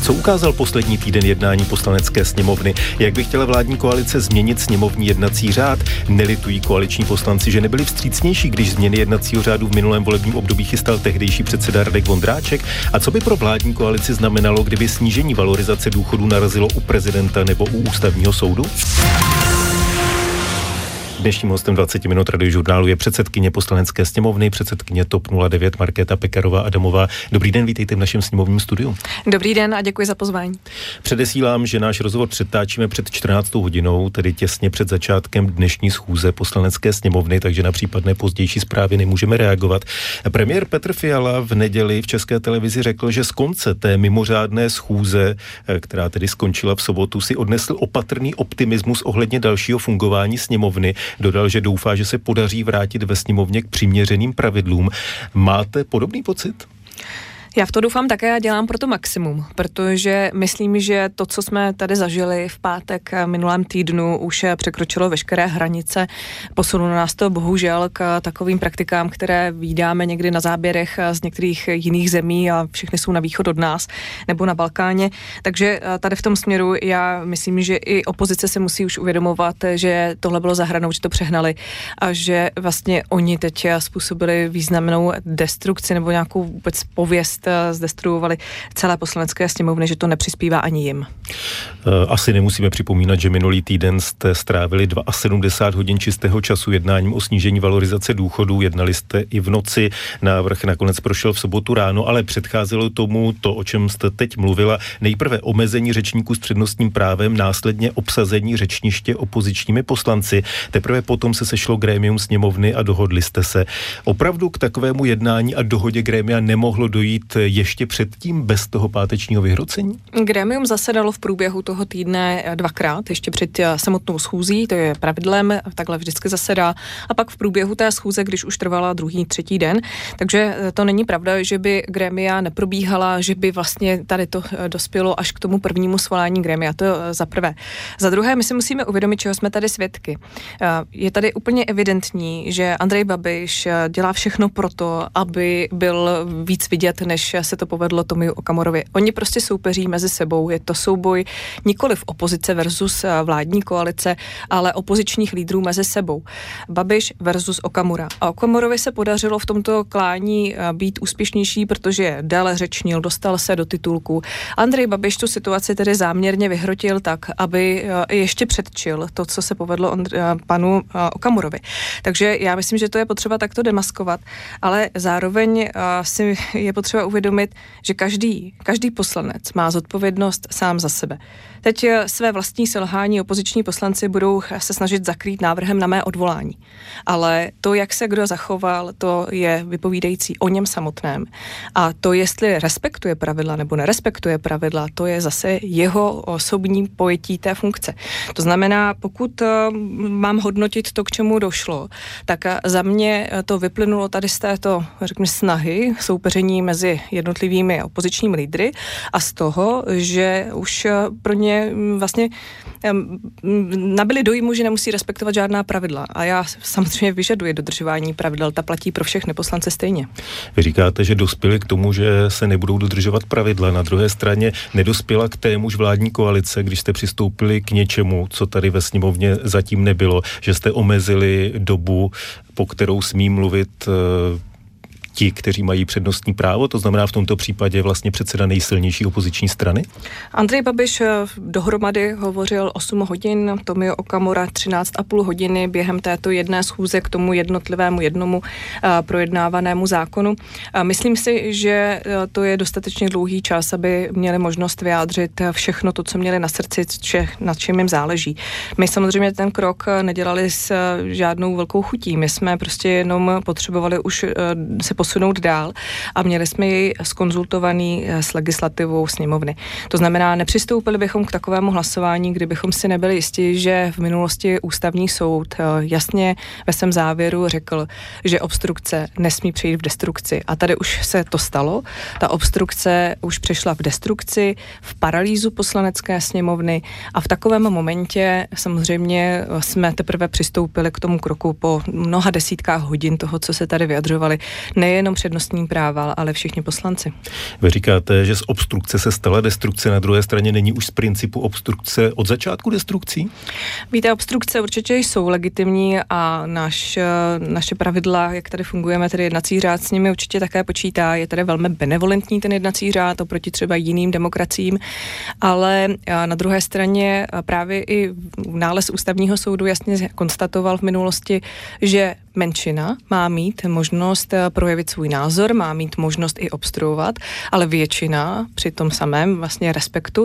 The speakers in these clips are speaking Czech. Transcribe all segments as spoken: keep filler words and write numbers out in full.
Co ukázal poslední týden jednání Poslanecké sněmovny? Jak by chtěla vládní koalice změnit sněmovní jednací řád? Nelitují koaliční poslanci, že nebyli vstřícnější, když změny jednacího řádu v minulém volebním období chystal tehdejší předseda Radek Vondráček? A co by pro vládní koalici znamenalo, kdyby snížení valorizace důchodů narazilo u prezidenta nebo u ústavního soudu? Dnešním hostem dvacet minut Radiožurnálu je předsedkyně Poslanecké sněmovny, předsedkyně TOP nula devět Markéta Pekarová Adamová. Dobrý den, vítejte v našem sněmovním studiu. Dobrý den a děkuji za pozvání. Předesílám, že náš rozhovor přetáčíme před čtrnáctou hodinou, tedy těsně před začátkem dnešní schůze Poslanecké sněmovny, takže na případné pozdější zprávy nemůžeme reagovat. Premiér Petr Fiala v neděli v České televizi řekl, že z konce té mimořádné schůze, která tedy skončila v sobotu, si odnesl opatrný optimismus ohledně dalšího fungování sněmovny. Dodal, že doufá, že se podaří vrátit ve sněmovně k přiměřeným pravidlům. Máte podobný pocit? Já v to doufám také a dělám pro to maximum, protože myslím, že to, co jsme tady zažili v pátek minulém týdnu, už překročilo veškeré hranice. Posunulo nás to bohužel k takovým praktikám, které vídáme někdy na záběrech z některých jiných zemí a všechny jsou na východ od nás nebo na Balkáně. Takže tady v tom směru já myslím, že i opozice se musí už uvědomovat, že tohle bylo za hranou, že to přehnali a že vlastně oni teď způsobili významnou destrukci nebo nějakou vůbec pověst zdestruovali celé Poslanecké sněmovny, že to nepřispívá ani jim. Asi nemusíme připomínat, že minulý týden jste strávili sedmdesát dva hodin čistého času jednáním o snížení valorizace důchodů. Jednali jste i v noci. Návrh nakonec prošel v sobotu ráno, ale předcházelo tomu to, o čem jste teď mluvila. Nejprve omezení řečníků s přednostním právem, následně obsazení řečniště opozičními poslanci. Teprve potom se sešlo grémium sněmovny a dohodli jste se. Opravdu k takovému jednání a dohodě grémia nemohlo dojít ještě předtím bez toho pátečního vyhrocení? Grémium zasedalo v průběhu toho týdne dvakrát, ještě před samotnou schůzí, to je pravidlem, takhle vždycky zasedá, a pak v průběhu té schůze, když už trvala druhý, třetí den. Takže to není pravda, že by grémia neprobíhala, že by vlastně tady to dospělo až k tomu prvnímu svolání grémia. To za prvé. Za druhé, my si musíme uvědomit, čeho jsme tady svědky. Je tady úplně evidentní, že Andrej Babiš dělá všechno proto, aby byl víc vidět, než se to povedlo Tomiu Okamurovi. Oni prostě soupeří mezi sebou. Je to souboj nikoliv opozice versus vládní koalice, ale opozičních lídrů mezi sebou. Babiš versus Okamura. A Okamurovi se podařilo v tomto klání být úspěšnější, protože déle řečnil, dostal se do titulku. Andrej Babiš tu situaci tedy záměrně vyhrotil tak, aby ještě předčil to, co se povedlo panu Okamurovi. Takže já myslím, že to je potřeba takto demaskovat, ale zároveň si je potřeba uvědomit, že každý, každý poslanec má zodpovědnost sám za sebe. Teď své vlastní selhání opoziční poslanci budou se snažit zakrýt návrhem na mé odvolání. Ale to, jak se kdo zachoval, to je vypovídající o něm samotném. A to, jestli respektuje pravidla nebo nerespektuje pravidla, to je zase jeho osobní pojetí té funkce. To znamená, pokud mám hodnotit to, k čemu došlo, tak za mě to vyplynulo tady z této, řekněme, snahy, soupeření mezi jednotlivými opozičními lídry a z toho, že už pro ně vlastně nabili dojmu, že nemusí respektovat žádná pravidla. A já samozřejmě vyžaduji dodržování pravidel, ta platí pro všechny poslance stejně. Vy říkáte, že dospěli k tomu, že se nebudou dodržovat pravidla. Na druhé straně nedospěla k témuž vládní koalice, když jste přistoupili k něčemu, co tady ve sněmovně zatím nebylo, že jste omezili dobu, po kterou smí mluvit ti, kteří mají přednostní právo, to znamená v tomto případě vlastně předseda nejsilnější opoziční strany? Andrej Babiš dohromady hovořil osm hodin, Tomio Okamura třináct a půl hodiny během této jedné schůze k tomu jednotlivému jednomu uh, projednávanému zákonu. Uh, myslím si, že uh, to je dostatečně dlouhý čas, aby měli možnost vyjádřit všechno to, co měli na srdci, če, nad čím jim záleží. My samozřejmě ten krok nedělali s uh, žádnou velkou chutí. My jsme prostě jenom potřebovali už uh, se posunout dál a měli jsme jej skonzultovaný s legislativou sněmovny. To znamená, nepřistoupili bychom k takovému hlasování, kdybychom si nebyli jistí, že v minulosti ústavní soud jasně ve svém závěru řekl, že obstrukce nesmí přejít v destrukci. A tady už se to stalo. Ta obstrukce už přešla v destrukci, v paralýzu poslanecké sněmovny a v takovém momentě samozřejmě jsme teprve přistoupili k tomu kroku po mnoha desítkách hodin toho, co se tady vyjadřovali. Ne nejenom přednostní práva, ale všichni poslanci. Vy říkáte, že z obstrukce se stala destrukce, na druhé straně není už z principu obstrukce od začátku destrukcí? Víte, obstrukce určitě jsou legitimní a naš, naše pravidla, jak tady fungujeme, tedy jednací řád s nimi určitě také počítá. Je tady velmi benevolentní ten jednací řád oproti třeba jiným demokraciím, ale na druhé straně právě i nález ústavního soudu jasně konstatoval v minulosti, že menšina má mít možnost projevit svůj názor, má mít možnost i obstruovat, ale většina při tom samém vlastně respektu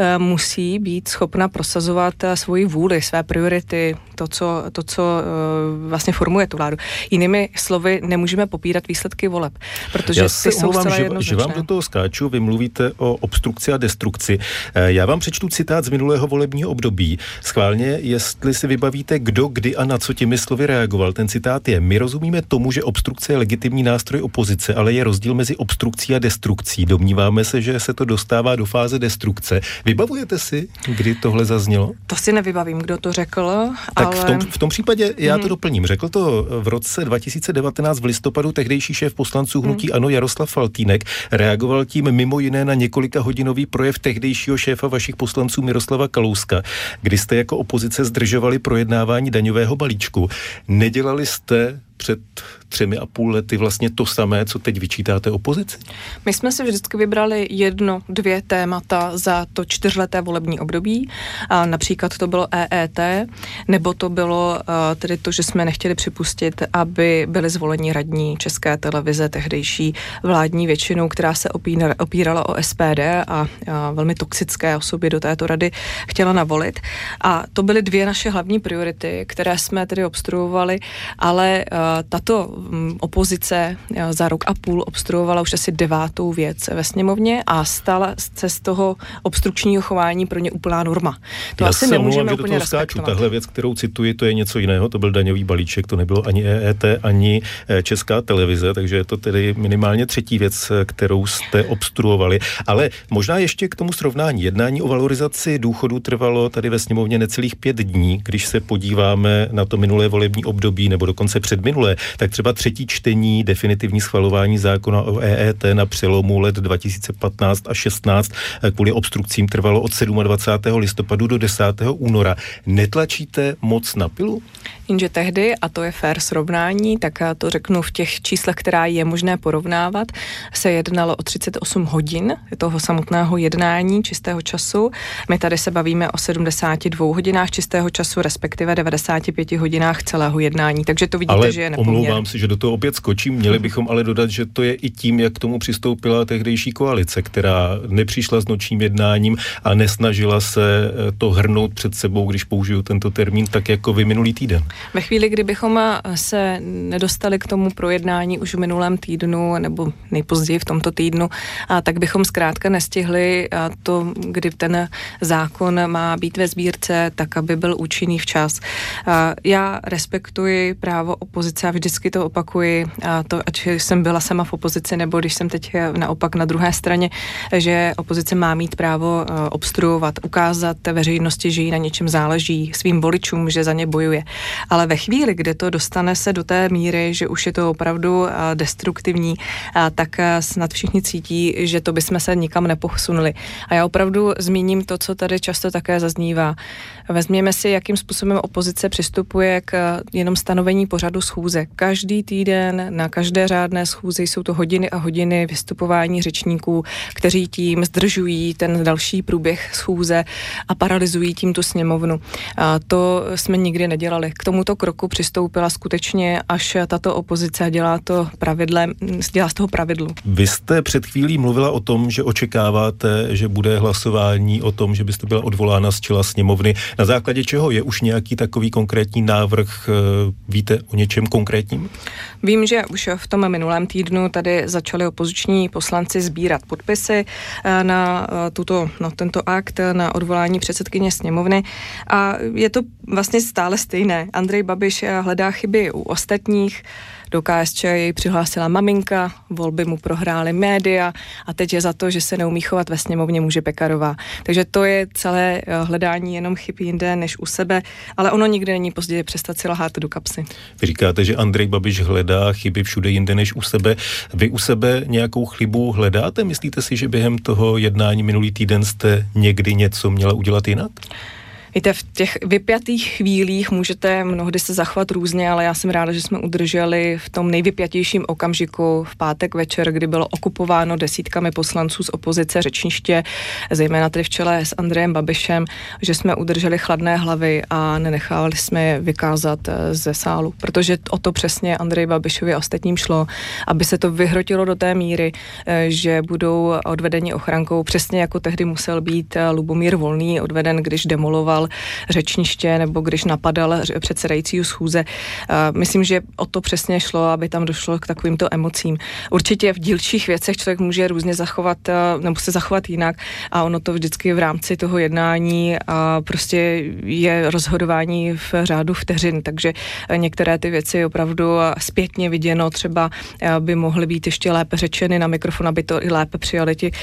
musí být schopna prosazovat svoji vůli, své priority, to, co, to, co vlastně formuje tu vládu. Jinými slovy, nemůžeme popírat výsledky voleb, protože Já ty jsou zcela že, jednoznačné. že vám do toho skáču, vy mluvíte o obstrukci a destrukci. Já vám přečtu citát z minulého volebního období. Schválně, jestli si vybavíte, kdo, kdy a na co těmi slovy reagoval. Ten citát je: my rozumíme tomu, že obstrukce je legitimní nástroj opozice, ale je rozdíl mezi obstrukcí a destrukcí. Domníváme se, že se to dostává do fáze destrukce. Vybavujete si, kdy tohle zaznělo? To si nevybavím, kdo to řekl, tak ale... v tom, v tom případě já to hmm. doplním. Řekl to v roce dva tisíce devatenáct v listopadu tehdejší šéf poslanců hnutí hmm. ANO Jaroslav Faltýnek. Reagoval tím mimo jiné na několika hodinový projev tehdejšího šéfa vašich poslanců Miroslava Kalouska, kdy jste jako opozice zdržovali projednávání daňového balíčku. Nedělali jste před třemi a půl lety vlastně to samé, co teď vyčítáte opozici? My jsme si vždycky vybrali jedno, dvě témata za to čtyřleté volební období. A například to bylo E E T, nebo to bylo uh, tedy to, že jsme nechtěli připustit, aby byli zvoleni radní České televize tehdejší vládní většinou, která se opíra, opírala o S P D a, a velmi toxické osoby do této rady chtěla navolit. A to byly dvě naše hlavní priority, které jsme tedy obstruovali, ale uh, tato um, opozice uh, za rok a půl obstruovala už asi devátou věc ve sněmovně a stala se z toho obstrukčního chování pro ně úplná norma. To Já asi se nemůžeme mluvám, úplně že do toho respektovat. Tahle věc, kterou cituji, to je něco jiného, to byl daňový balíček, to nebylo ani E E T, ani Česká televize, takže je to tedy minimálně třetí věc, kterou jste obstruovali. Ale možná ještě k tomu srovnání. Jednání o valorizaci důchodů trvalo tady ve sněmovně necelých pět dní. Když se podíváme na to minulé volební období nebo dokonce předminulé, tak třeba třetí čtení, definitivní schvalování zákona o E E T na přelomu let dva tisíce patnáct a šestnáct kvůli obstrukcím trvalo od dvacátého sedmého listopadu do desátého února. Netlačíte moc na pilu? Jenže tehdy, a to je fér srovnání, tak to řeknu v těch číslech, která je možné porovnávat, se jednalo o třicet osm hodin toho samotného jednání čistého času. My tady se bavíme o sedmdesáti dvou hodinách čistého času, respektive devadesáti pěti hodinách celého jednání. Takže to vidíte, ale že je nepoměr. Omlouvám si, že do toho opět skočím. Měli bychom ale dodat, že to je i tím, jak k tomu přistoupila tehdejší koalice, která nepřišla s nočním jednáním a nesnažila se to hrnout před sebou, když použiju tento termín, tak jako vy minulý týden. Ve chvíli, kdybychom se nedostali k tomu projednání už v minulém týdnu nebo nejpozději v tomto týdnu, a tak bychom zkrátka nestihli to, kdy ten zákon má být ve sbírce, tak, aby byl účinný včas. Já respektuji právo opozice a vždycky to opakuji, a to, ať jsem byla sama v opozici, nebo když jsem teď naopak na druhé straně, že opozice má mít právo obstruovat, ukázat veřejnosti, že jí na něčem záleží, svým voličům, že za ně bojuje. Ale ve chvíli, kdy to dostane se do té míry, že už je to opravdu destruktivní, tak snad všichni cítí, že to bychom se nikam neposunuli. A já opravdu zmíním to, co tady často také zaznívá. Vezměme si, jakým způsobem opozice přistupuje k jenom stanovení pořadu schůze. Každý týden na každé řádné schůzi jsou to hodiny a hodiny vystupování řečníků, kteří tím zdržují ten další průběh schůze a paralyzují tím tu sněmovnu. A to jsme nikdy nedělali. K tomuto kroku přistoupila skutečně až tato opozice a dělá to pravidlem, dělá z toho pravidlu. Vy jste před chvílí mluvila o tom, že očekáváte, že bude hlasování o tom, že byste byla odvolána z čela sněmovny. Na základě čeho je už nějaký takový konkrétní návrh? Víte o něčem konkrétním? Vím, že už v tom minulém týdnu tady začali opoziční poslanci sbírat podpisy na, tuto, na tento akt, na odvolání předsedkyně sněmovny a je to vlastně stále stejné. Andrej Babiš hledá chyby u ostatních, do K S Č jej přihlásila maminka, volby mu prohrály média a teď je za to, že se neumí chovat ve sněmovně, může Pekarová. Takže to je celé hledání jenom chyb jinde než u sebe, ale ono nikdy není později přestat si lhát do kapsy. Vy říkáte, jste, že Andrej Babiš hledá chyby všude jinde než u sebe. Vy u sebe nějakou chybu hledáte? Myslíte si, že během toho jednání minulý týden jste někdy něco měla udělat jinak? Víte, v těch vypjatých chvílích můžete mnohdy se zachovat různě, ale já jsem ráda, že jsme udrželi v tom nejvypjatějším okamžiku v pátek večer, kdy bylo okupováno desítkami poslanců z opozice řečniště, zejména tedy v čele s Andrejem Babišem, že jsme udrželi chladné hlavy a nenechávali jsme je vykázat ze sálu, protože o to přesně Andreji Babišovi a ostatním šlo, aby se to vyhrotilo do té míry, že budou odvedeni ochrankou, přesně jako tehdy musel být Lubomír Volný odveden, když demoloval řečniště nebo když napadal předsedajícího schůze. Myslím, že o to přesně šlo, aby tam došlo k takovýmto emocím. Určitě v dílčích věcech člověk může různě zachovat nebo se zachovat jinak a ono to vždycky v rámci toho jednání a prostě je rozhodování v řádu vteřin, takže některé ty věci opravdu zpětně viděno třeba by mohly být ještě lépe řečeny na mikrofon, aby to i lépe přijali ti,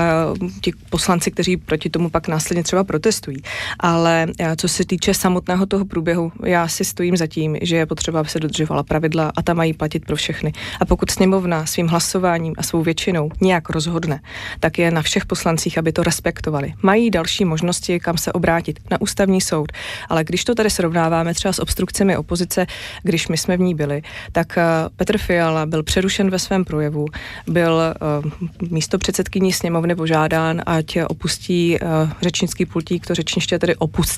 ti poslanci, kteří proti tomu pak následně třeba protestují. Ale co se týče samotného toho průběhu, já si stojím za tím, že je potřeba, aby se dodržovala pravidla a ta mají platit pro všechny. A pokud sněmovna svým hlasováním a svou většinou nějak rozhodne, tak je na všech poslancích, aby to respektovali. Mají další možnosti, kam se obrátit, na ústavní soud. Ale když to tady srovnáváme třeba s obstrukcemi opozice, když my jsme v ní byli, tak Petr Fiala byl přerušen ve svém projevu, byl místopředsedkyní sněmovny požádán, ať opustí řečnický pultík, to řečniště tedy opustil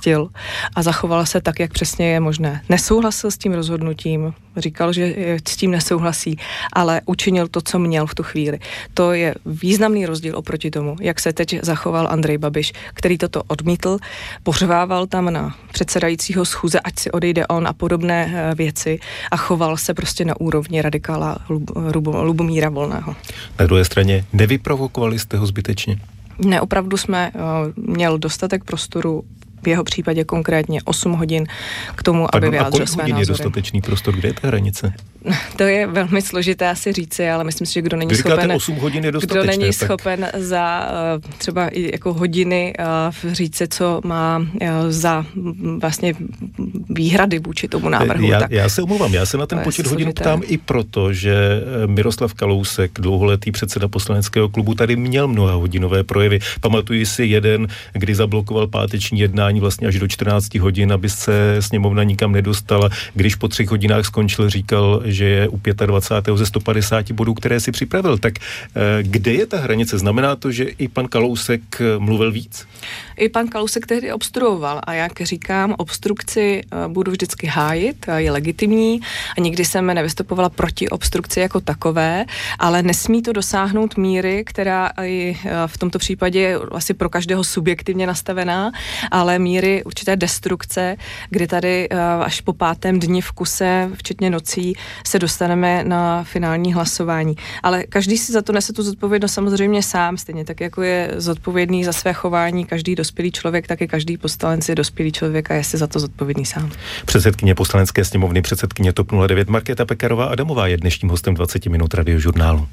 a zachoval se tak, jak přesně je možné. Nesouhlasil s tím rozhodnutím, říkal, že s tím nesouhlasí, ale učinil to, co měl v tu chvíli. To je významný rozdíl oproti tomu, jak se teď zachoval Andrej Babiš, který toto odmítl, pořvával tam na předsedajícího schůze, ať si odejde on a podobné věci a choval se prostě na úrovni radikála Lubomíra Volného. Na druhé straně nevyprovokovali jste ho zbytečně? Ne, opravdu jsme uh, měl dostatek prostoru, v jeho případě konkrétně osm hodin k tomu, Pardon, aby vyjádřil své názory. A kolik hodin je dostatečný prostor? Kde je ta hranice? To je velmi složité asi říci, ale myslím si, že kdo není Vy říkáte, schopen, osm hodin je kdo není tak... schopen za uh, třeba i jako hodiny uh, říci, co má uh, za vlastně výhrady vůči tomu návrhu. Já, tak já se omlouvám, já se na ten počet hodin složité. Ptám i proto, že Miroslav Kalousek, dlouholetý předseda poslaneckého klubu, tady měl mnoha hodinové projevy. Pamatuji si jeden, kdy zablokoval páteční jednání vlastně až do čtrnáct hodin, aby se sněmovna nikam nedostala. Když po třech hodinách skončil, říkal, že je u dvacátého pátého ze sto padesáti bodů, které si připravil. Tak kde je ta hranice? Znamená to, že i pan Kalousek mluvil víc? I pan Kalousek tehdy obstruoval a jak říkám, obstrukci budu vždycky hájit, je legitimní a nikdy jsem nevystupovala proti obstrukci jako takové, ale nesmí to dosáhnout míry, která i v tomto případě je asi pro každého subjektivně nastavená, ale míry určité destrukce, kdy tady až po pátém dni v kuse, včetně nocí, se dostaneme na finální hlasování. Ale každý si za to nese tu zodpovědnost samozřejmě sám, stejně tak jako je zodpovědný za své chování každý dospělý člověk, tak i každý poslanec je dospělý člověk a je si za to zodpovědný sám. Předsedkyně Poslanecké sněmovny, předsedkyně TOP nula devět Markéta Pekarová Adamová je dnešním hostem dvacet minut Radiožurnálu.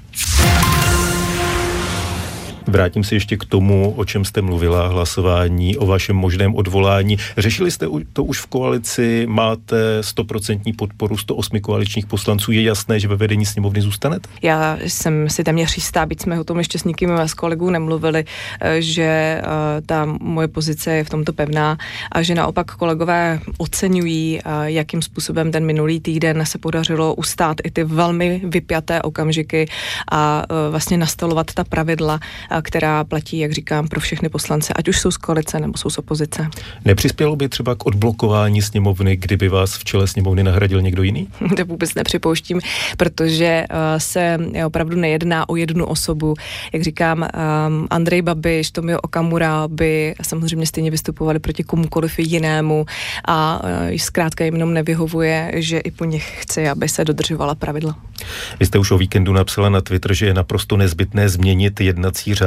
Vrátím se ještě k tomu, o čem jste mluvila, hlasování o vašem možném odvolání. Řešili jste to už v koalici, máte stoprocentní podporu sto osmi koaličních poslanců, je jasné, že ve vedení sněmovny zůstanete? Já jsem si téměř jistá, byť jsme o tom ještě s nikým z kolegů nemluvili, že ta moje pozice je v tomto pevná a že naopak kolegové oceňují, jakým způsobem ten minulý týden se podařilo ustát i ty velmi vypjaté okamžiky a vlastně nastalovat ta pravidla, která platí, jak říkám, pro všechny poslance, ať už jsou z koalice nebo jsou z opozice. Nepřispělo by třeba k odblokování sněmovny, kdyby vás v čele sněmovny nahradil někdo jiný? To vůbec nepřipouštím, protože uh, se opravdu nejedná o jednu osobu. Jak říkám, um, Andrej Babiš, Tomio Okamura by samozřejmě stejně vystupovali proti komukoliv jinému a uh, zkrátka jim jenom nevyhovuje, že i po nich chci, aby se dodržovala pravidla. Vy jste už o víkendu napsala na Twitter, že je naprosto nezbytné změnit jednací řád.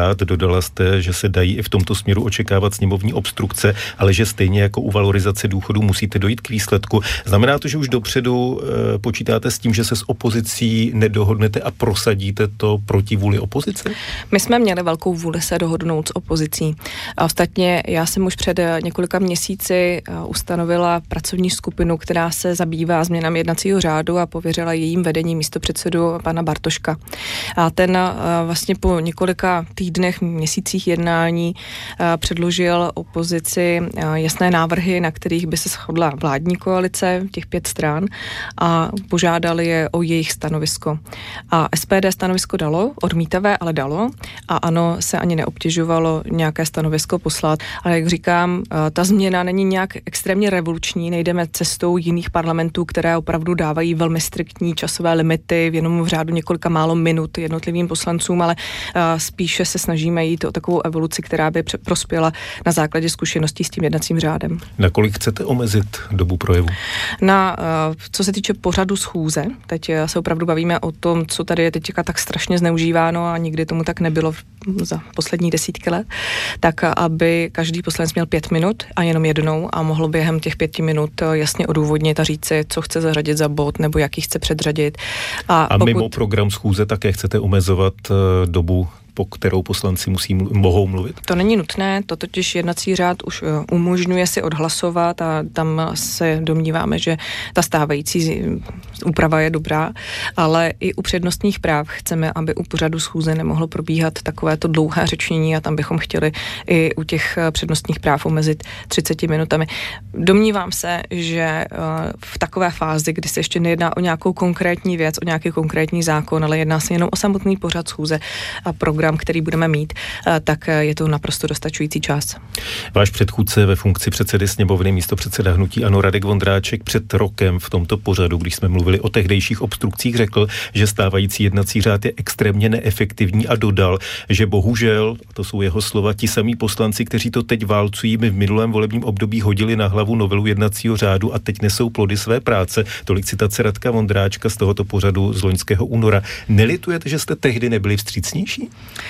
řád. Dodala jste, že se dají i v tomto směru očekávat sněmovní obstrukce, ale že stejně jako u valorizace důchodů musíte dojít k výsledku. Znamená to, že už dopředu e, počítáte s tím, že se s opozicí nedohodnete a prosadíte to proti vůli opozice? My jsme měli velkou vůli se dohodnout s opozicí. A ostatně já jsem už před několika měsíci ustanovila pracovní skupinu, která se zabývá změnami jednacího řádu a pověřila jejím vedení místopředsedu pana Bartoška. A ten vlastně po několika týdnech, měsících jednání předložil opozici jasné návrhy, na kterých by se shodla vládní koalice, těch pět stran, a požádali je o jejich stanovisko. A S P D stanovisko dalo, odmítavé, ale dalo, a ANO se ani neobtěžovalo nějaké stanovisko poslat. Ale jak říkám, ta změna není nějak extrémně revoluční, nejdeme cestou jiných parlamentů, které opravdu dávají velmi striktní časové limity, jenom v řádu několika málo minut jednotlivým poslancům, ale spíše se snažíme jít o takovou evoluci, která by prospěla na základě zkušeností s tím jednacím řádem. Nakolik chcete omezit dobu projevu? Na, co se týče pořadu schůze, teď se opravdu bavíme o tom, co tady je teďka tak strašně zneužíváno a nikdy tomu tak nebylo za poslední desítky let, tak aby každý poslanec měl pět minut a jenom jednou a mohl během těch pěti minut jasně odůvodnit a říci, co chce zařadit za bod nebo jaký chce předřadit. A, a pokud... mimo program schůze také chcete omezovat uh, dobu, po kterou poslanci musí, mohou mluvit? To není nutné, to totiž jednací řád už umožňuje si odhlasovat a tam se domníváme, že ta stávající úprava je dobrá, ale i u přednostních práv chceme, aby u pořadu schůze nemohlo probíhat takovéto dlouhé řečnění a tam bychom chtěli i u těch přednostních práv omezit třiceti minutami. Domnívám se, že v takové fázi, kdy se ještě nejedná o nějakou konkrétní věc, o nějaký konkrétní zákon, ale jedná se jenom o samotný pořad schůze a program, který budeme mít, tak je to naprosto dostačující čas. Váš předchůdce ve funkci předsedy sněmovny, místopředseda hnutí ANO Radek Vondráček před rokem v tomto pořadu, když jsme mluvili o tehdejších obstrukcích, řekl, že stávající jednací řád je extrémně neefektivní a dodal, že bohužel, a to jsou jeho slova, ti samí poslanci, kteří to teď válcují, mi v minulém volebním období hodili na hlavu novelu jednacího řádu a teď nesou plody své práce. Tolik citace Radka Vondráčka z tohoto pořadu z loňského února. Nelitujete, že jste tehdy nebyli vstřícnější?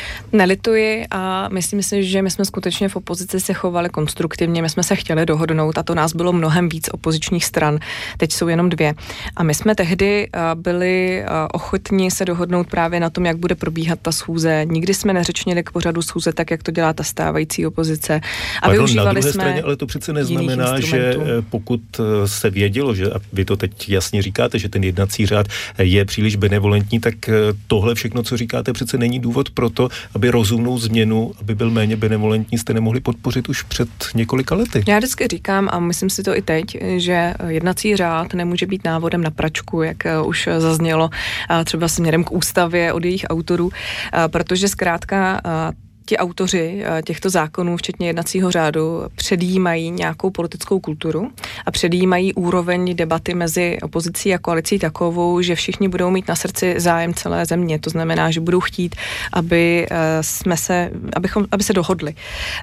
Nelituji a myslím si, že my jsme skutečně v opozici se chovali konstruktivně, my jsme se chtěli dohodnout a to nás bylo mnohem víc opozičních stran, teď jsou jenom dvě. A my jsme tehdy byli ochotní se dohodnout právě na tom, jak bude probíhat ta schůze. Nikdy jsme neřečnili k pořadu schůze tak, jak to dělá ta stávající opozice. A Pardon, využívali na druhé jsme straně, ale to přece neznamená, že pokud se vědělo, že a vy to teď jasně říkáte, že ten jednací řád je příliš benevolentní, tak tohle všechno, co říkáte, přece není důvod pro to, aby rozumnou změnu, aby byl méně benevolentní, jste nemohli podpořit už před několika lety. Já vždycky říkám, a myslím si to i teď, že jednací řád nemůže být návodem na pračku, jak už zaznělo třeba směrem k ústavě od jejich autorů, protože zkrátka ti autoři těchto zákonů, včetně jednacího řádu, předjímají nějakou politickou kulturu a předjímají úroveň debaty mezi opozicí a koalicí takovou, že všichni budou mít na srdci zájem celé země. To znamená, že budou chtít, aby jsme se, abychom, aby se dohodli.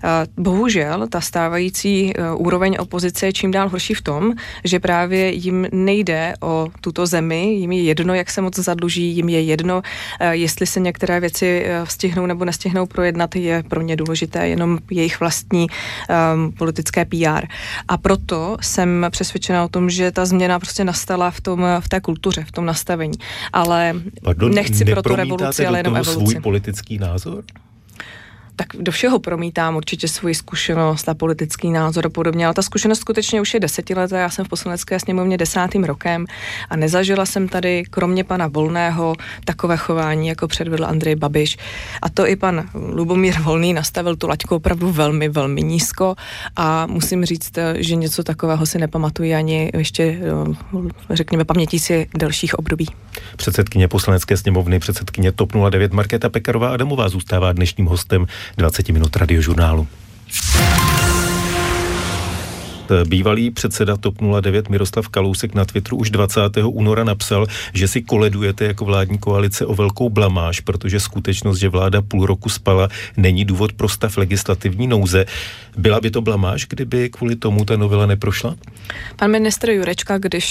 Bohužel ta stávající úroveň opozice je čím dál horší v tom, že právě jim nejde o tuto zemi, jim je jedno, jak se moc zadluží, jim je jedno, jestli se některé věci stihnou nebo nestihnou projednat, je pro ně důležité jenom jejich vlastní um, politické P R. A proto jsem přesvědčena o tom, že ta změna prostě nastala v tom, v té kultuře, v tom nastavení. Ale Pardon, nechci proto revoluci, ale jenom evoluci. Svůj politický názor? Tak do všeho promítám určitě svoji zkušenost a politický názor a podobně, ale ta zkušenost skutečně už je desetiletá, já jsem v Poslanecké sněmovně desátým rokem a nezažila jsem tady, kromě pana Volného, takové chování, jako předvedl Andrej Babiš. A to i pan Lubomír Volný nastavil tu laťku opravdu velmi, velmi nízko a musím říct, že něco takového si nepamatuji ani ještě, řekněme, pamětící dalších období. Předsedkyně Poslanecké sněmovny, předsedkyně TOP nula devět Markéta Pekarová Adamová zůstává dnešním hostem dvacet minut radiožurnálu. Bývalý předseda TOP nula devět Miroslav Kalousek na Twitteru už dvacátého února napsal, že si koledujete jako vládní koalice o velkou blamáž, protože skutečnost, že vláda půl roku spala, není důvod pro stav legislativní nouze. Byla by to blamáž, kdyby kvůli tomu ta novela neprošla? Pan ministr Jurečka, když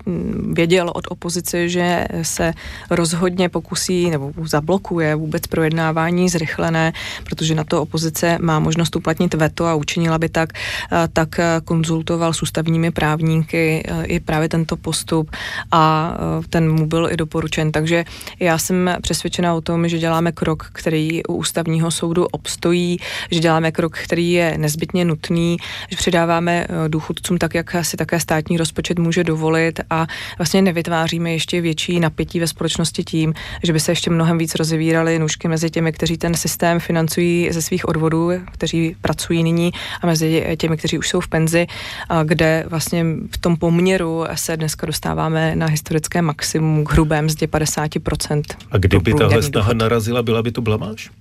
věděl od opozice, že se rozhodně pokusí nebo zablokuje vůbec projednávání zrychlené, protože na to opozice má možnost uplatnit veto a učinila by tak, tak konzultoval s ústavními právníky i právě tento postup a ten mu byl i doporučen. Takže já jsem přesvědčena o tom, že děláme krok, který u ústavního soudu obstojí, že děláme krok, který je nezbytně nutný, že přidáváme důchodcům tak, jak si také státní rozpočet může dovolit a vlastně nevytváříme ještě větší napětí ve společnosti tím, že by se ještě mnohem víc rozevíraly nůžky mezi těmi, kteří ten systém financují ze svých odvodů, kteří pracují nyní, a mezi těmi, kteří už jsou v penzi, kde vlastně v tom poměru se dneska dostáváme na historické maximum k hrubé mzdě padesát procent. A kdyby tahle snaha narazila, byla by to blamáž?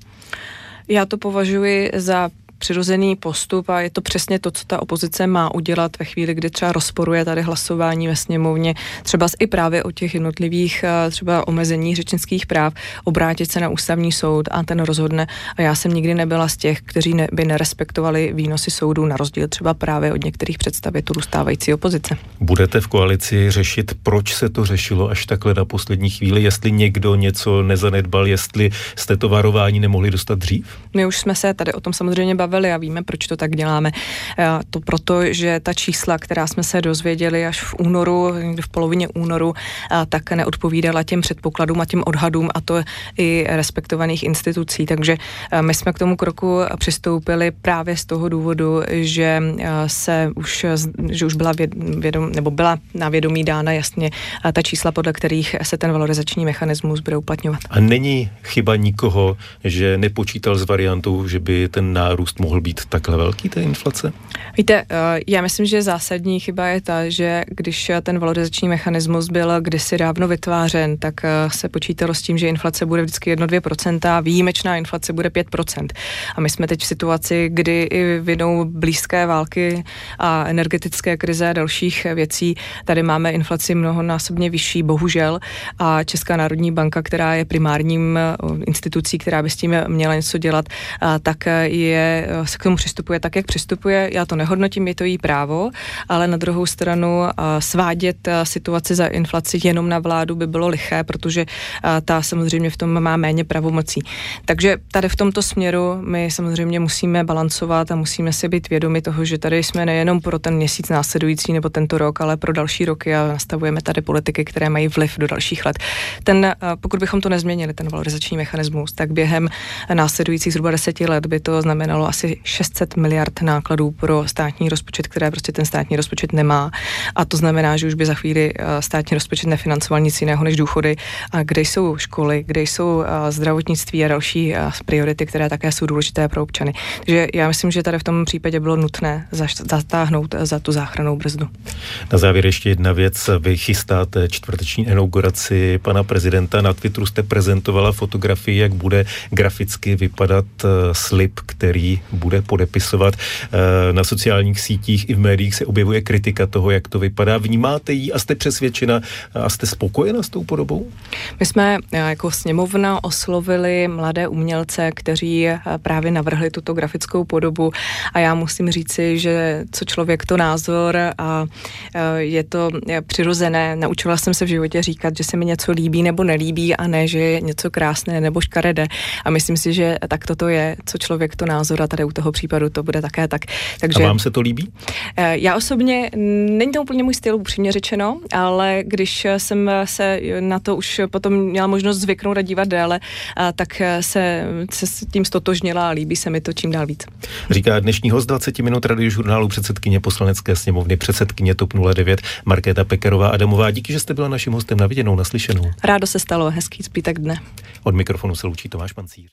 Já to považuji za přirozený postup a je to přesně to, co ta opozice má udělat ve chvíli, kdy třeba rozporuje tady hlasování ve sněmovně, třeba i právě o těch jednotlivých třeba omezení řečnických práv, obrátit se na ústavní soud a ten rozhodne. A já jsem nikdy nebyla z těch, kteří ne, by nerespektovali výnosy soudu, na rozdíl třeba právě od některých představitelů stávající opozice. Budete v koalici řešit, proč se to řešilo až takhle na poslední chvíli, jestli někdo něco nezanedbal, jestli jste to varování nemohli dostat dřív? My už jsme se tady o tom samozřejmě bavili a víme, proč to tak děláme. To proto, že ta čísla, která jsme se dozvěděli až v únoru, někdy v polovině únoru, tak neodpovídala těm předpokladům a těm odhadům, a to i respektovaných institucí. Takže my jsme k tomu kroku přistoupili právě z toho důvodu, že se už, že už byla vědom, nebo byla na vědomí dána jasně ta čísla, podle kterých se ten valorizační mechanismus bude uplatňovat. A není chyba nikoho, že nepočítal s variantou, že by ten nárůst mohl být takhle velký, té inflace? Víte, já myslím, že zásadní chyba je ta, že když ten valorizační mechanismus byl kdysi dávno vytvářen, tak se počítalo s tím, že inflace bude vždycky jedno až dvě procenta, výjimečná inflace bude pět procent. A my jsme teď v situaci, kdy i vinou blízké války a energetické krize a dalších věcí, tady máme inflaci mnohonásobně vyšší, bohužel, a Česká národní banka, která je primárním institucí, která by s tím měla něco dělat, tak je, se k tomu přistupuje tak, jak přistupuje. Já to nehodnotím, je to jí právo, ale na druhou stranu svádět situaci za inflaci jenom na vládu by bylo liché, protože ta samozřejmě v tom má méně pravomocí. Takže tady v tomto směru my samozřejmě musíme balancovat a musíme si být vědomi toho, že tady jsme nejenom pro ten měsíc následující nebo tento rok, ale pro další roky a nastavujeme tady politiky, které mají vliv do dalších let. Ten, pokud bychom to nezměnili, ten valorizační mechanismus, tak během následujících zhruba deseti let by to znamenalo asi šest set miliard nákladů pro státní rozpočet, které prostě ten státní rozpočet nemá. A to znamená, že už by za chvíli státní rozpočet nefinancoval nic jiného než důchody. A kde jsou školy, kde jsou zdravotnictví a další priority, které také jsou důležité pro občany. Takže já myslím, že tady v tom případě bylo nutné zatáhnout za tu záchrannou brzdu. Na závěr ještě jedna věc. Vy chystáte čtvrteční inauguraci pana prezidenta. Na Twitteru jste prezentovala fotografii, jak bude graficky vypadat slib, který bude podepisovat. Na sociálních sítích i v médiích se objevuje kritika toho, jak to vypadá. Vnímáte ji a jste přesvědčena a jste spokojena s tou podobou? My jsme jako sněmovna oslovili mladé umělce, kteří právě navrhli tuto grafickou podobu, a já musím říci, že co člověk, to názor, a je to přirozené. Naučila jsem se v životě říkat, že se mi něco líbí nebo nelíbí, a ne, že je něco krásné nebo škaredé. A myslím si, že tak toto je, co člověk, to názor, a tady u toho případu to bude také tak. Takže, a vám se to líbí? Já osobně, není to úplně můj styl, upřímně řečeno, ale když jsem se na to už potom měla možnost zvyknout a dívat déle, tak se, se s tím stotožnila a líbí se mi to čím dál víc. Říká dnešní host dvacet minut radiožurnálu, předsedkyně Poslanecké sněmovny, předsedkyně TOP nula devět Markéta Pekarová Adamová. Díky, že jste byla naším hostem, na viděnou, naslyšenou. Rádo se stalo, hezký zbytek dne. Od mikrofonu se loučí Tomáš Pancíř.